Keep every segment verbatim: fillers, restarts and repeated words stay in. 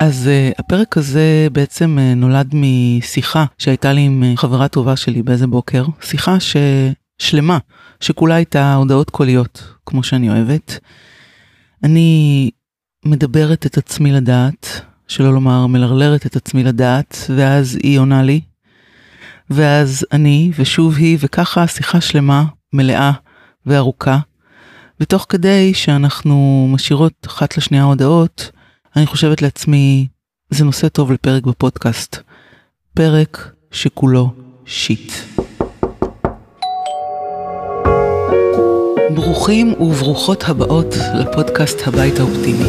אז uh, הפרק הזה בעצם uh, נולד משיחה שהייתה לי עם uh, חברה טובה שלי באיזה בוקר, שיחה ששלמה, שכולה הייתה הודעות קוליות, כמו שאני אוהבת. אני מדברת את עצמי לדעת, שלא לומר מלרלרת את עצמי לדעת, ואז היא עונה לי, ואז אני ושוב היא, וככה שיחה שלמה, מלאה וארוכה, ותוך כדי שאנחנו משאירות אחת לשנייה הודעות, אני חושבת לעצמי, זה נושא טוב לפרק בפודקאסט. פרק שכולו שיט. ברוכים וברוכות הבאות לפודקאסט הבית האופטימי.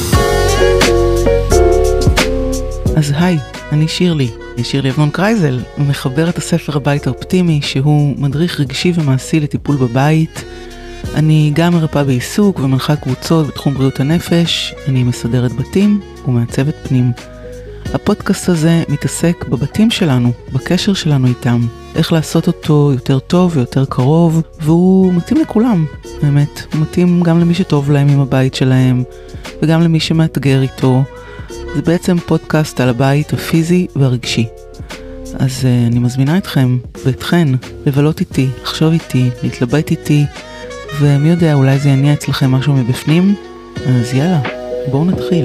אז היי, אני שירלי, שירלי אבנון קרייזל, מחבר את הספר הבית האופטימי, שהוא מדריך רגשי ומעשי לטיפול בבית. אני גם מרפאה בעיסוק ומנחה קבוצות בתחום בריאות הנפש, אני מסדרת בתים ומעצבת פנים. הפודקאסט הזה מתעסק בבתים שלנו, בקשר שלנו איתם, איך לעשות אותו יותר טוב ויותר קרוב, והוא מתאים לכולם, באמת. הוא מתאים גם למי שטוב להם עם הבית שלהם, וגם למי שמאתגר איתו. זה בעצם פודקאסט על הבית הפיזי והרגשי. אז uh, אני מזמינה אתכם ואתכן לבלות איתי, לחשוב איתי, להתלבט איתי, ומי יודע, אולי זה יניע אצלכם משהו מבפנים. אז יאללה, בואו נתחיל.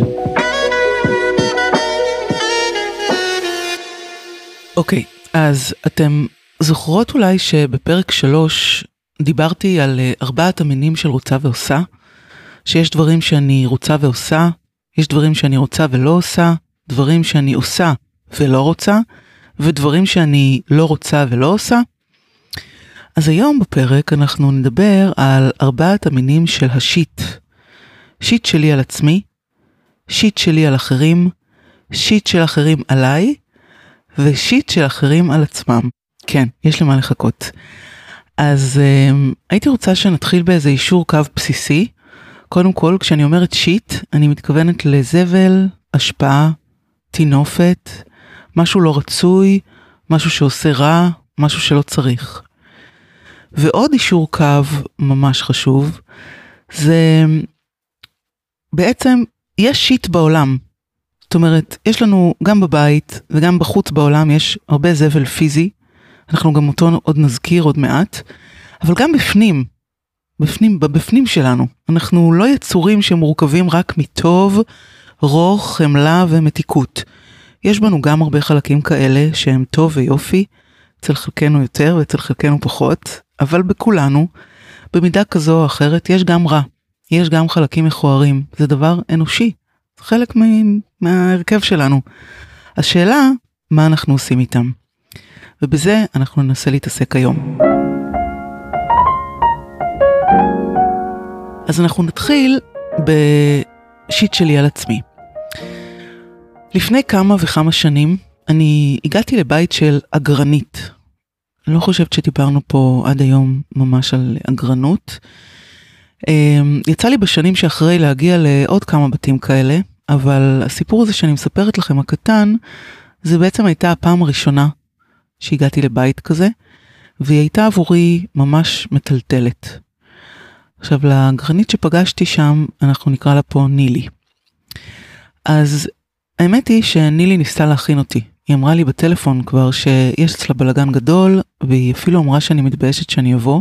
אוקיי, אז אתם זוכרות אולי שבפרק שלוש דיברתי על ארבעת המינים של רוצה ועושה, שיש דברים שאני רוצה ועושה, יש דברים שאני רוצה ולא עושה, דברים שאני עושה ולא רוצה, ודברים שאני לא רוצה ולא עושה. אז היום בפרק אנחנו נדבר על ארבעת המינים של השיט. שיט שלי על עצמי, שיט שלי על אחרים, שיט של אחרים עליי, ושיט של אחרים על עצמם. כן, יש למה לחכות. אז um, הייתי רוצה שנתחיל באיזה אישור קו בסיסי. קודם כל, כשאני אומרת שיט, אני מתכוונת לזבל, השפעה, תינופת, משהו לא רצוי, משהו שעושה רע, משהו שלא צריך. ועוד אישור קו ממש חשוב, זה בעצם יש שיט בעולם. זאת אומרת, יש לנו גם בבית וגם בחוץ בעולם, יש הרבה זבל פיזי, אנחנו גם אותו עוד נזכיר עוד מעט, אבל גם בפנים, בפנים, בבפנים שלנו, אנחנו לא יצורים שמורכבים רק מטוב, רוך, חמלה ומתיקות. יש בנו גם הרבה חלקים כאלה שהם טוב ויופי, אצל חלקנו יותר ואצל חלקנו פחות, אבל בכולנו, במידה כזו או אחרת, יש גם רע, יש גם חלקים מכוערים, זה דבר אנושי, זה חלק מההרכב שלנו. השאלה, מה אנחנו עושים איתם? ובזה אנחנו ננסה להתעסק היום. אז אנחנו נתחיל בשיט שלי על עצמי. לפני כמה וכמה שנים, אני הגעתי לבית של אגרנית. אני לא חושבת שדיברנו פה עד היום ממש על אגרנות. יצא לי בשנים שאחרי להגיע לעוד כמה בתים כאלה, אבל הסיפור הזה שאני מספרת לכם הקטן, זה בעצם הייתה הפעם הראשונה שהגעתי לבית כזה, והיא הייתה עבורי ממש מטלטלת. עכשיו, לאגרנית שפגשתי שם, אנחנו נקרא לה פה נילי. אז האמת היא שנילי ניסתה להכין אותי. היא אמרה לי בטלפון כבר שיש אצלה בלגן גדול, והיא אפילו אמרה שאני מתביישת שאני אבוא.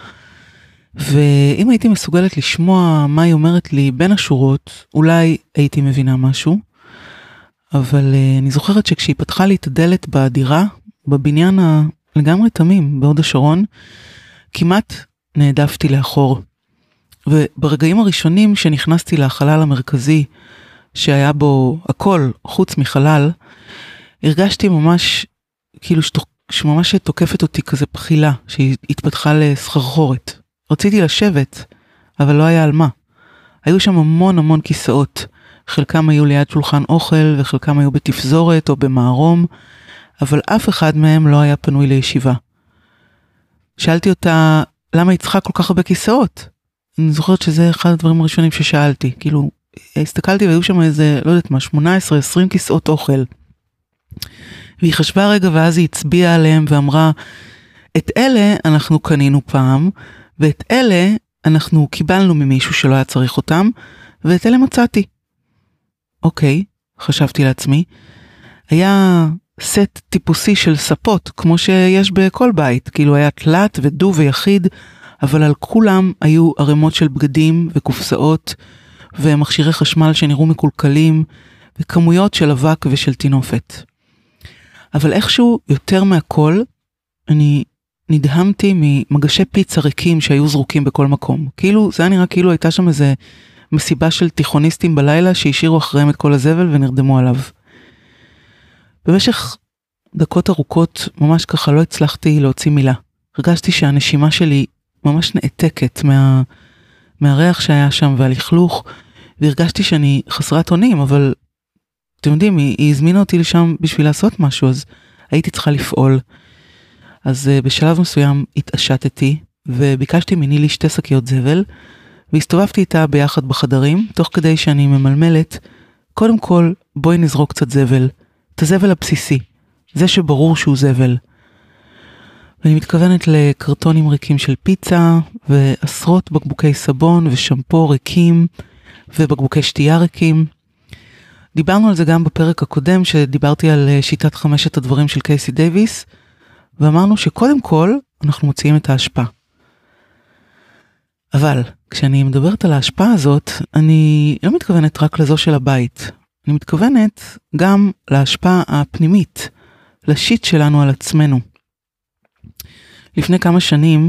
ואם הייתי מסוגלת לשמוע מה היא אומרת לי בין השורות, אולי הייתי מבינה משהו. אבל אני זוכרת שכשהיא פתחה לי את הדלת בדירה, בבניין לגמרי תמים, בהוד השרון, כמעט נעדפתי לאחור. וברגעים הראשונים שנכנסתי לחלל המרכזי, שהיה בו הכל חוץ מחלל, הרגשתי ממש, כאילו שתוק, שממש תוקפת אותי כזה בחילה, שהיא התפתחה לסחרחורת. רציתי לשבת, אבל לא היה על מה. היו שם המון המון כיסאות, חלקם היו ליד שולחן אוכל, וחלקם היו בתפזורת או במערום, אבל אף אחד מהם לא היה פנוי לישיבה. שאלתי אותה, למה היא צריכה כל כך הרבה כיסאות? אני זוכרת שזה אחד הדברים הראשונים ששאלתי, כאילו, הסתכלתי והיו שם איזה, לא יודעת מה, שמונה עשרה עשרים כיסאות אוכל. והיא חשבה רגע ואז היא הצביעה עליהם ואמרה, את אלה אנחנו קנינו פעם, ואת אלה אנחנו קיבלנו ממישהו שלא היה צריך אותם, ואת אלה מצאתי. אוקיי, חשבתי לעצמי, היה סט טיפוסי של ספות, כמו שיש בכל בית, כאילו היה תלת ודו ויחיד, אבל על כולם היו ערימות של בגדים וקופסאות, ומכשירי חשמל שנראו מקולקלים, וכמויות של אבק ושל תינופת. אבל איכשהו יותר מהכל, אני נדהמתי ממגשי פיצה ריקים שהיו זרוקים בכל מקום. כאילו, זה היה נראה כאילו הייתה שם איזה מסיבה של תיכוניסטים בלילה שהשאירו אחריהם את כל הזבל ונרדמו עליו. במשך דקות ארוכות, ממש ככה לא הצלחתי להוציא מילה. הרגשתי שהנשימה שלי ממש נעתקת מה, מהריח שהיה שם והלכלוך, והרגשתי שאני חסרת אונים, אבל אתם יודעים, היא, היא הזמינה אותי לשם בשביל לעשות משהו, אז הייתי צריכה לפעול. אז uh, בשלב מסוים התעשתתי, וביקשתי מנילי שתי שקיות זבל, והסתובבתי איתה ביחד בחדרים, תוך כדי שאני ממלמלת, קודם כל בואי נזרוק קצת זבל, את הזבל הבסיסי, זה שברור שהוא זבל. ואני מתכוונת לקרטונים ריקים של פיצה, ועשרות בקבוקי סבון ושמפו ריקים, ובקבוקי שתייה ריקים. דיברנו על זה גם בפרק הקודם, שדיברתי על שיטת חמשת הדברים של קייסי דייביס, ואמרנו שקודם כל אנחנו מוציאים את ההשפעה. אבל כשאני מדברת על ההשפעה הזאת, אני לא מתכוונת רק לזו של הבית. אני מתכוונת גם להשפעה הפנימית, לשיט שלנו על עצמנו. לפני כמה שנים,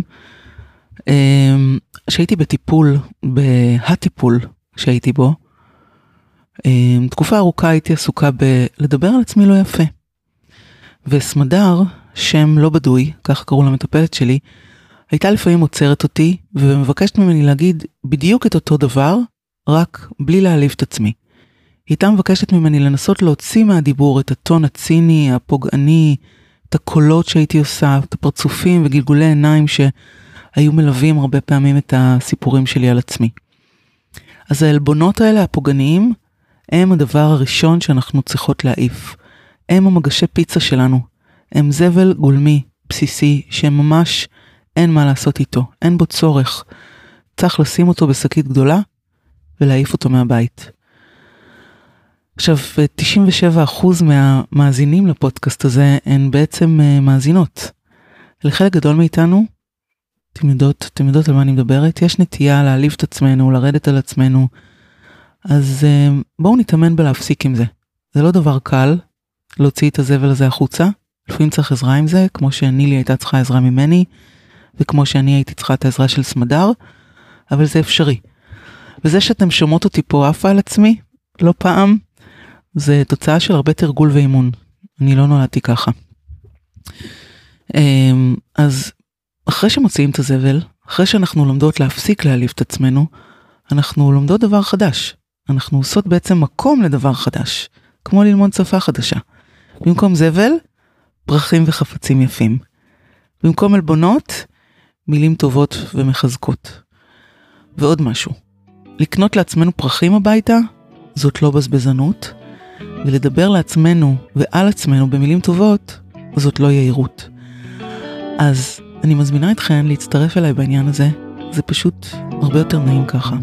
שהייתי בטיפול, בהטיפול שהייתי בו, תקופה ארוכה הייתי עסוקה בלדבר על עצמי לא יפה. וסמדר, שם לא בדוי, כך קראו למטפלת שלי, הייתה לפעמים עוצרת אותי ומבקשת ממני להגיד בדיוק את אותו דבר, רק בלי להעליב את עצמי. היא הייתה מבקשת ממני לנסות להוציא מהדיבור את הטון הציני, הפוגעני, את הקולות שהייתי עושה, את הפרצופים וגלגולי עיניים שהיו מלווים הרבה פעמים את הסיפורים שלי על עצמי. אז העלבונות האלה הפוגעניים הם הדבר הראשון שאנחנו צריכות להעיף. הם המגשי פיצה שלנו. הם זבל גולמי, בסיסי, שממש אין מה לעשות איתו. אין בו צורך. צריך לשים אותו בשקית גדולה ולהעיף אותו מהבית. עכשיו, תשעים ושבעה אחוז מהמאזינים לפודקאסט הזה הן בעצם מאזינות. לחלק גדול מאיתנו, אתם יודעות, אתם יודעות על מה אני מדברת, יש נטייה להעליב את עצמנו, לרדת על עצמנו, אז בואו נתאמן בלהפסיק עם זה. זה לא דבר קל להוציא את הזבל הזה החוצה, לפעמים צריך עזרה עם זה, כמו שנילי הייתה צריכה עזרה ממני, וכמו שאני הייתי צריכה את העזרה של סמדר, אבל זה אפשרי. וזה שאתם שומעות אותי פה עפה על עצמי, לא פעם, זה תוצאה של הרבה תרגול ואימון. אני לא נולדתי ככה. אז אחרי שמוציאים את הזבל, אחרי שאנחנו לומדות להפסיק להעליב את עצמנו, אנחנו לומדות דבר חדש. אנחנו עושות בעצם מקום לדבר חדש, כמו ללמוד שפה חדשה. במקום זבל, פרחים וחפצים יפים. במקום אלבונות, מילים טובות ומחזקות. ועוד משהו. לקנות לעצמנו פרחים הביתה, זאת לא בזבזנות, ולדבר לעצמנו ועל עצמנו במילים טובות, זאת לא יהירות. אז אני מזמינה אתכן להצטרף אליי בעניין הזה, זה פשוט הרבה יותר נעים ככה.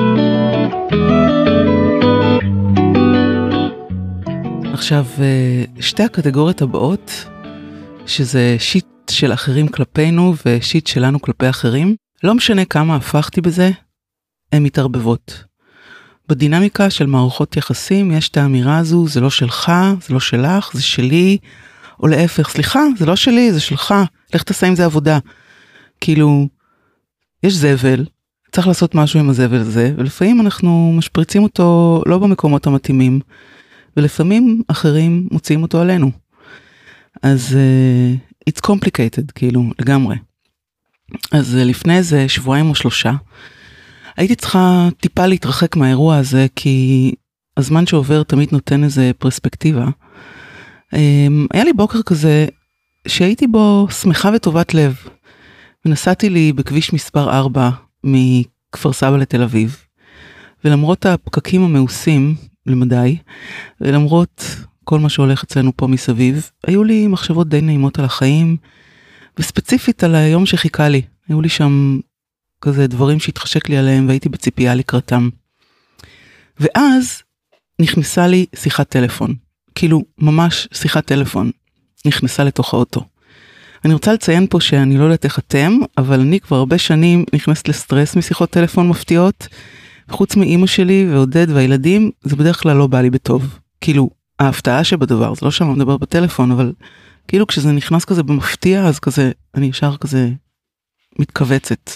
עכשיו, שתי הקטגוריות הבאות, שזה שיט של אחרים כלפינו ושיט שלנו כלפי אחרים, לא משנה כמה הפכתי בזה, הן מתערבבות. בדינמיקה של מערכות יחסים יש את האמירה הזו, זה לא שלך, זה לא שלך, זה שלי, או להפך, סליחה, זה לא שלי, זה שלך, לך תעשה עם זה עבודה. כאילו, יש זבל, צריך לעשות משהו עם הזבל הזה, ולפעמים אנחנו משפריצים אותו לא במקומות המתאימים, ולפעמים אחרים מוציאים אותו עלינו. אז uh, it's complicated, כאילו, לגמרי. אז uh, לפני איזה שבועיים או שלושה, הייתי צריכה טיפה להתרחק מהאירוע הזה, כי הזמן שעובר תמיד נותן איזה פרספקטיבה. Um, היה לי בוקר כזה, שהייתי בו שמחה וטובת לב, ונסעתי לי בכביש מספר ארבע, מכפר סבא לתל אביב, ולמרות הפקקים המאוסים, למדי, ולמרות כל מה שהולך אצלנו פה מסביב, היו לי מחשבות די נעימות על החיים, וספציפית על היום שחיכה לי. היו לי שם כזה דברים שהתחשק לי עליהם, והייתי בציפייה לקראתם. ואז נכנסה לי שיחת טלפון, כאילו ממש שיחת טלפון, נכנסה לתוך האוטו. אני רוצה לציין פה שאני לא יודעת איך אתם, אבל אני כבר הרבה שנים נכנסת לסטרס משיחות טלפון מפתיעות, וחוץ מאמא שלי ועודד והילדים, זה בדרך כלל לא בא לי בטוב. כאילו, ההפתעה שבדבר, זה לא שאני לא מדבר בטלפון, אבל כאילו כשזה נכנס כזה במפתיע, אז כזה, אני ישר כזה מתכווצת.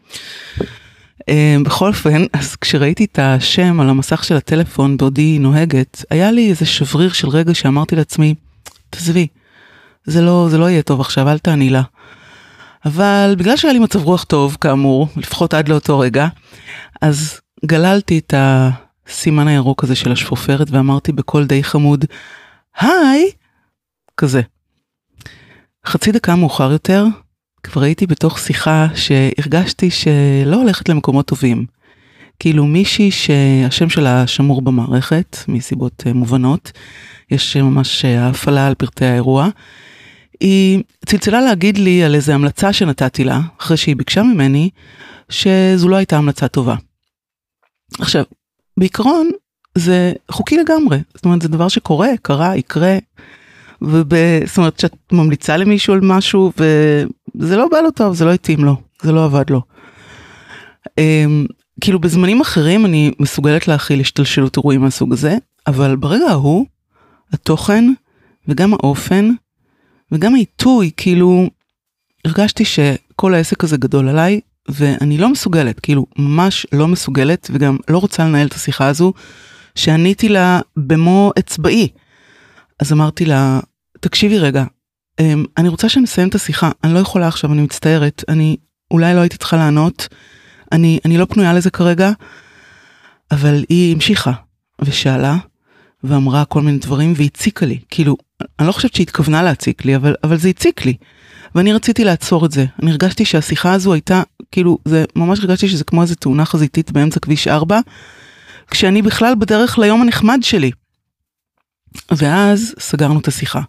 בכל אופן, אז כשראיתי את השם על המסך של הטלפון בעודי נוהגת, היה לי איזה שבריר של רגע שאמרתי לעצמי, תעזבי, זה לא, זה לא יהיה טוב עכשיו, אל תעני לה. אבל בגלל שהיה לי מצב רוח טוב, כאמור, לפחות עד לאותו רגע, אז גללתי את הסימן הירוק הזה של השפופרת, ואמרתי בקול די חמוד, היי, כזה. חצי דקה מאוחר יותר, כבר הייתי בתוך שיחה שהרגשתי שלא הולכת למקומות טובים. כאילו מישהי שהשם שלה שמור במערכת, מסיבות מובנות, יש ממש ההפעלה על פרטי האירוע, היא צלצלה להגיד לי על איזו המלצה שנתתי לה, אחרי שהיא ביקשה ממני, שזו לא הייתה המלצה טובה. עכשיו, בעיקרון זה חוקי לגמרי, זאת אומרת זה דבר שקורה, קרה, יקרה, וב... זאת אומרת שאת ממליצה למישהו על משהו, וזה לא בא לו טוב, זה לא התאים לו, זה לא עבד לו. כאילו בזמנים אחרים אני מסוגלת להכיל השתלשלות אירועים מהסוג הזה, אבל ברגע ההוא, התוכן וגם האופן, וגם העיתוי, כאילו, הרגשתי שכל העסק הזה גדול עליי, ואני לא מסוגלת, כאילו, ממש לא מסוגלת, וגם לא רוצה לנהל את השיחה הזו, שעניתי לה במו אצבעי. אז אמרתי לה, תקשיבי רגע, אני רוצה שנסיים את השיחה, אני לא יכולה עכשיו, אני מצטערת, אני אולי לא הייתי צריכה לענות, אני, אני לא פנויה לזה כרגע, אבל היא המשיכה, ושאלה, ואמרה כל מיני דברים, והציקה לי, כאילו, אני לא חושבת שהיא התכוונה להציק לי, אבל, אבל זה הציק לי. ואני רציתי לעצור את זה. אני הרגשתי שהשיחה הזו הייתה, כאילו, זה, ממש הרגשתי שזה כמו איזו תאונה חזיתית באמצע כביש ארבע, כשאני בכלל בדרך ליום הנחמד שלי. ואז סגרנו את השיחה.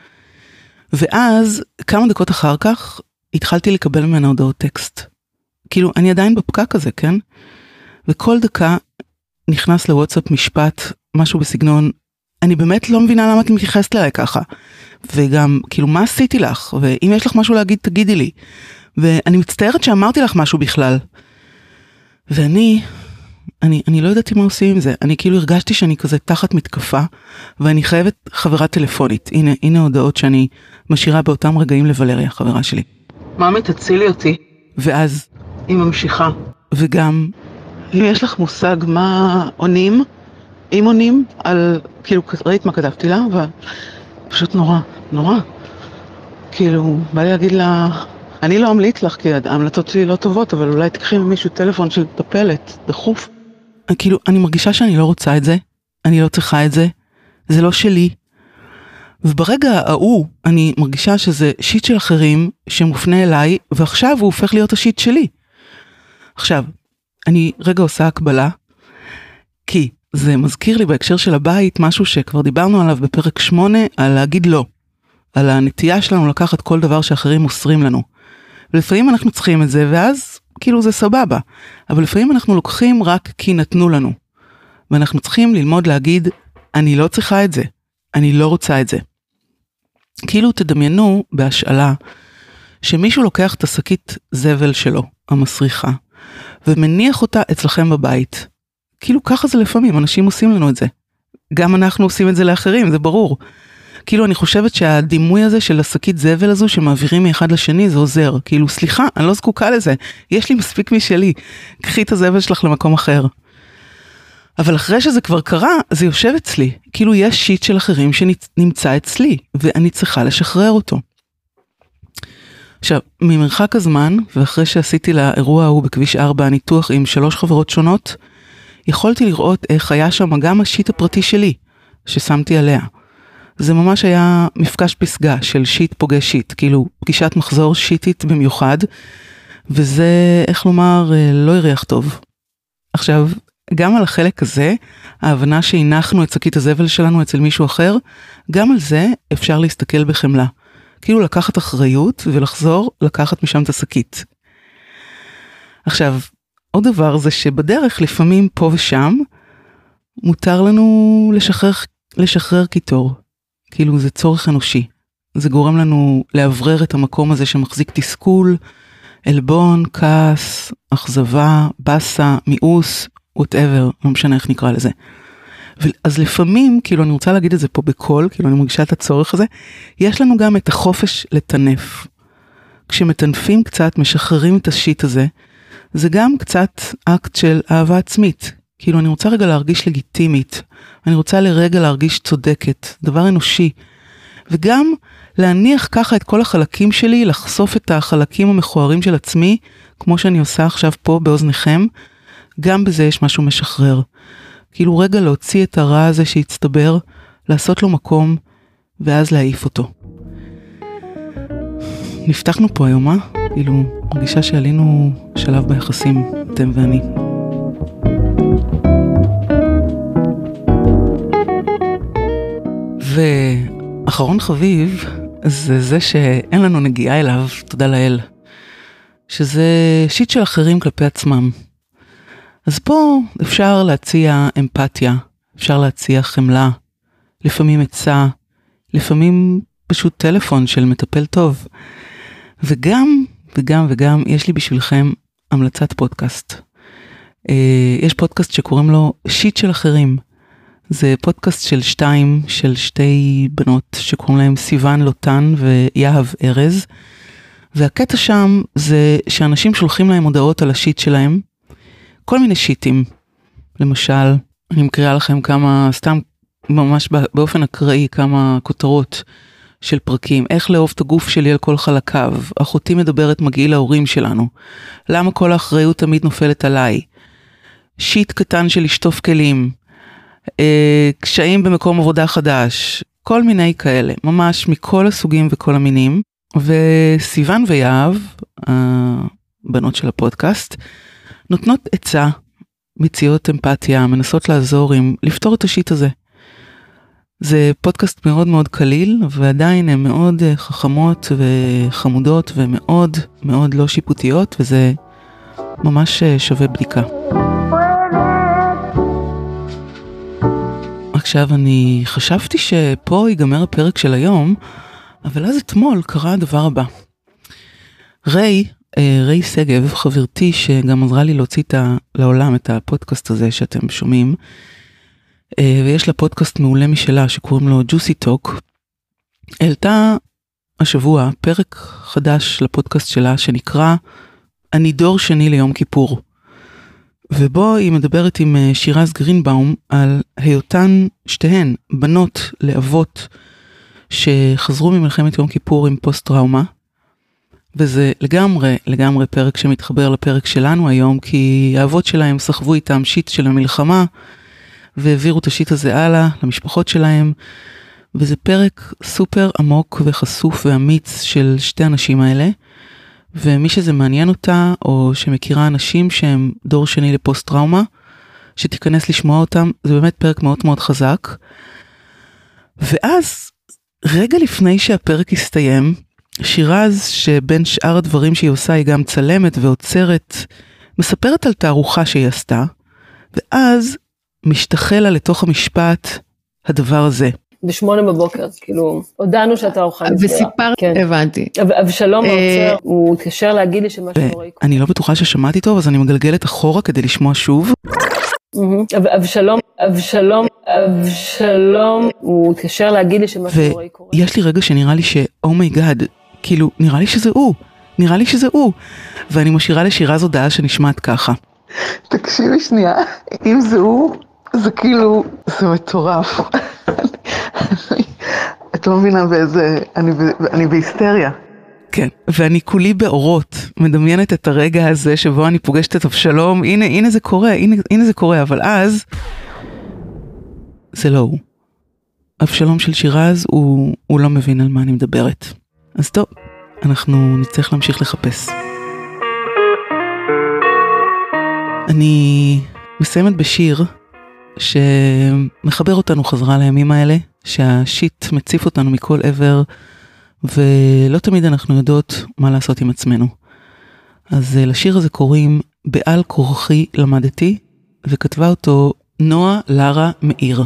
ואז, כמה דקות אחר כך, התחלתי לקבל ממנה הודעות טקסט. כאילו, אני עדיין בפקק הזה, כן? וכל דקה נכנס לוואטסאפ משפט, משהו בסגנון, אני באמת לא מבינה למה את מתייחסת אליי ככה. וגם, כאילו, מה עשיתי לך? ואם יש לך משהו להגיד, תגידי לי. ואני מצטערת שאמרתי לך משהו בכלל. ואני, אני, אני לא ידעתי מה עושים עם זה. אני כאילו הרגשתי שאני כזה תחת מתקפה, ואני חייבת חברה טלפונית. הנה, הנה הודעות שאני משאירה באותם רגעים לוולריה, חברה שלי. מאמי, תצילי אותי. ואז היא ממשיכה. וגם, אם יש לך מושג מה עונים, אם עונים על, כאילו, ראית מה כתבתי לה, אבל פשוט נורא, נורא. כאילו, בא לי להגיד לה, אני לא אמליץ לך, כי ההמלצות שלי לא טובות, אבל אולי תקחי ממישהו טלפון של טפלת, דחוף. כאילו, אני מרגישה שאני לא רוצה את זה, אני לא צריכה את זה, זה לא שלי. וברגע ההוא, אני מרגישה שזה שיט של אחרים שמופנה אליי, ועכשיו הוא הופך להיות השיט שלי. עכשיו, אני רגע עושה הקבלה, כי זה מזכיר לי בהקשר של הבית משהו שכבר דיברנו עליו בפרק שמונה, על להגיד לא, על הנטייה שלנו לקחת כל דבר שאחרים מוסרים לנו. ולפעמים אנחנו צריכים את זה, ואז כאילו זה סבבה. אבל לפעמים אנחנו לוקחים רק כי נתנו לנו. ואנחנו צריכים ללמוד להגיד, אני לא צריכה את זה, אני לא רוצה את זה. כאילו תדמיינו בהשאלה, שמישהו לוקח את השקית זבל שלו, המסריחה, ומניח אותה אצלכם בבית. כאילו ככה זה לפעמים, אנשים עושים לנו את זה. גם אנחנו עושים את זה לאחרים, זה ברור. כאילו אני חושבת שהדימוי הזה של השקית זבל הזו שמעבירים מאחד לשני זה עוזר. כאילו סליחה, אני לא זקוקה לזה. יש לי מספיק משלי. קחי את הזבל שלך למקום אחר. אבל אחרי שזה כבר קרה, זה יושב אצלי. כאילו יש שיט של אחרים שנמצא אצלי, ואני צריכה לשחרר אותו. עכשיו, ממרחק הזמן, ואחרי שעשיתי לאירוע ההוא בכביש ארבע הניתוח עם שלוש חברות שונות, יכולתי לראות איך היה שם גם השיט הפרטי שלי, ששמתי עליה. זה ממש היה מפגש פסגה של שיט פוגש שיט, כאילו פגישת מחזור שיטית במיוחד, וזה, איך לומר, לא יריח טוב. עכשיו, גם על החלק הזה, ההבנה שהנחנו את שקית הזבל שלנו אצל מישהו אחר, גם על זה אפשר להסתכל בחמלה. כאילו לקחת אחריות ולחזור לקחת משם את השקית. עכשיו, עוד דבר זה שבדרך לפעמים פה ושם, מותר לנו לשחרר, לשחרר קיטור. כאילו זה צורך אנושי. זה גורם לנו לעברר את המקום הזה שמחזיק תסכול, אלבון, כעס, אכזבה, בסה, מיאוס, whatever, לא משנה איך נקרא לזה. אז לפעמים, כאילו אני רוצה להגיד את זה פה בקול, כאילו אני מרגישה את הצורך הזה, יש לנו גם את החופש לטנף. כשמטנפים קצת, משחררים את השיט הזה, זה גם קצת אקט של אהבה עצמית. כאילו אני רוצה רגע להרגיש לגיטימית, אני רוצה לרגע להרגיש צודקת, דבר אנושי, וגם להניח ככה את כל החלקים שלי, לחשוף את החלקים המכוערים של עצמי, כמו שאני עושה עכשיו פה באוזניכם, גם בזה יש משהו משחרר. כאילו רגע להוציא את הרע הזה שהצטבר, לעשות לו מקום, ואז להעיף אותו. נפתחנו פה היום, אה? כאילו, מרגישה שעלינו שלב ביחסים, אתם ואני. ואחרון חביב, זה זה שאין לנו נגיעה אליו, תודה לאל. שזה שיט של אחרים כלפי עצמם. אז פה אפשר להציע אמפתיה, אפשר להציע חמלה, לפעמים עצה, לפעמים פשוט טלפון של מטפל טוב. וגם, וגם, וגם, יש לי בשבילכם המלצת פודקאסט. יש פודקאסט שקוראים לו שיט של אחרים. זה פודקאסט של שתיים, של שתי בנות שקוראים להם סיוון לוטן ויהב ארז. והקטע שם זה שאנשים שולחים להם הודעות על השיט שלהם, כל מיני שיטים. למשל, אני מקריאה לכם כמה, סתם ממש באופן אקראי, כמה כותרות של פרקים. איך לאהוב את הגוף שלי על כל חלקיו. אחותי מדברת מגעיל ההורים שלנו. למה כל האחריות תמיד נופלת עליי. שיט קטן של לשטוף כלים. אה, קשיים במקום עבודה חדש. כל מיני כאלה. ממש מכל הסוגים וכל המינים. וסיוון ויהב, הבנות של הפודקאסט, נותנות עצה, מציעות אמפתיה, מנסות לעזור עם לפתור את השיט הזה. זה פודקאסט מאוד מאוד קליל, ועדיין הן מאוד חכמות וחמודות ומאוד מאוד לא שיפוטיות, וזה ממש שווה בדיקה. עכשיו אני חשבתי שפה ייגמר הפרק של היום, אבל אז אתמול קרה הדבר הבא. ריי, ריי סגב, חברתי שגם עזרה לי להוציא לעולם את הפודקאסט הזה שאתם שומעים, ויש לה פודקאסט מעולה משלה שקוראים לו Juicy Talk, העלתה השבוע פרק חדש לפודקאסט שלה שנקרא אני דור שני ליום כיפור. ובו היא מדברת עם שירז גרינבאום על היותן שתיהן בנות לאבות שחזרו ממלחמת יום כיפור עם פוסט טראומה. וזה לגמרי, לגמרי פרק שמתחבר לפרק שלנו היום, כי האבות שלהם סחבו איתם שיט של המלחמה, והעבירו את השיט הזה הלאה למשפחות שלהם, וזה פרק סופר עמוק וחשוף ואמיץ של שתי אנשים האלה, ומי שזה מעניין אותה, או שמכירה אנשים שהם דור שני לפוסט טראומה, שתיכנס לשמוע אותם, זה באמת פרק מאוד מאוד חזק. ואז, רגע לפני שהפרק הסתיים, שירז, שבין שאר הדברים שהיא עושה, היא גם צלמת ועוצרת, מספרת על תערוכה שהיא עשתה, ואז משתחל לה לתוך המשפט הדבר הזה. בשמונה בבוקר, כאילו, הודענו שהתערוכה נסגרה. וסיפרת, כן. הבנתי. אבשלום האוצר, הוא התקשר להגיד לי שמשהו נורא יקרה. אני לא בטוחה ששמעתי טוב, אז אני מגלגלת אחורה כדי לשמוע שוב. אבשלום, אבשלום, אבשלום, הוא התקשר להגיד לי שמשהו נורא יקרה. ויש לי רגע שנראה לי שאומייגאד, כאילו, נראה לי שזה הוא, נראה לי שזה הוא. ואני משאירה לשירז הודעה שנשמעת ככה. תקשיבי שנייה, אם זה הוא, זה כאילו, זה מטורף. את לא מבינה באיזה, אני, אני בהיסטריה. כן, ואני כולי באורות, מדמיינת את הרגע הזה שבו אני פוגשת את אבשלום, הנה, הנה זה קורה, הנה, הנה זה קורה, אבל אז, זה לא הוא. אבשלום של שירז, הוא, הוא לא מבין על מה אני מדברת. אז טוב, אנחנו נצטרך להמשיך לחפש. אני מסיימת בשיר שמחבר אותנו חזרה לימים האלה, שהשיט מציף אותנו מכל עבר, ולא תמיד אנחנו יודעות מה לעשות עם עצמנו. אז לשיר הזה קוראים בעל כורחי למדתי, וכתבה אותו נועה לרה מאיר.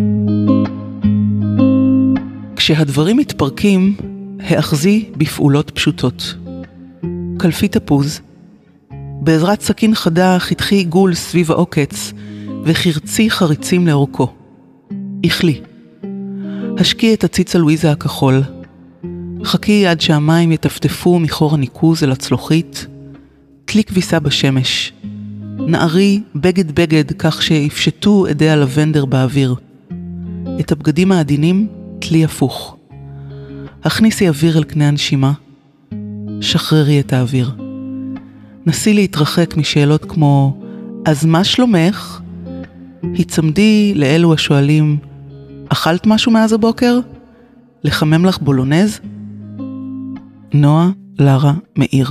כשהדברים מתפרקים, האחזי בפעולות פשוטות. קלפי תפוז. בעזרת סכין חדה חתכי עיגול סביב העוקץ וחרצי חריצים לאורכו. איכלי. השקי את הציץ הלואיזה הכחול. חכי עד שהמים יטפטפו מחור הניקוז אל הצלוחית. תלי כביסה בשמש. נערי בגד בגד כך שיפשטו עדי הלבנדר באוויר. את הבגדים העדינים תלי הפוך. הכניסי אוויר אל קנה הנשימה. שחררי את האוויר. נסי להתרחק משאלות כמו אז מה שלומך? הצמדי לאלו השואלים אכלת משהו מאז הבוקר? לחמם לך בולונז? נועה לרה מאיר.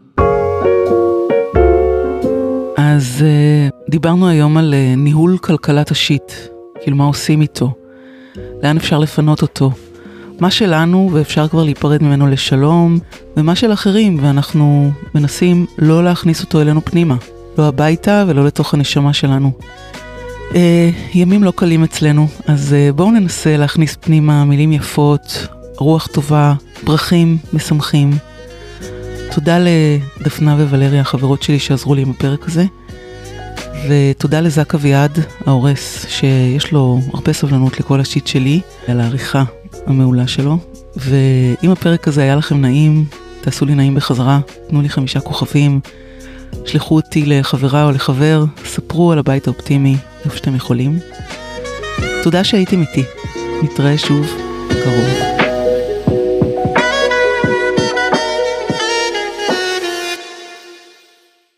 אז uh, דיברנו היום על uh, ניהול כלכלת השיט, כאילו מה עושים איתו, לאן אפשר לפנות אותו, מה שלנו ואפשר כבר להיפרד ממנו לשלום, ומה של אחרים, ואנחנו מנסים לא להכניס אותו אלינו פנימה, לא הביתה ולא לתוך הנשמה שלנו. Uh, ימים לא קלים אצלנו, אז uh, בואו ננסה להכניס פנימה מילים יפות, רוח טובה, פרחים משמחים. תודה לדפנה וולריה, החברות שלי שעזרו לי עם הפרק הזה, ותודה לזק אביעד, ההורס, שיש לו הרבה סבלנות לכל השיט שלי, על העריכה המעולה שלו. ואם הפרק הזה היה לכם נעים, תעשו לי נעים בחזרה, תנו לי חמישה כוכבים, שלחו אותי לחברה או לחבר, ספרו על הבית האופטימי, איפה שאתם יכולים. תודה שהייתם איתי, נתראה שוב בקרוב.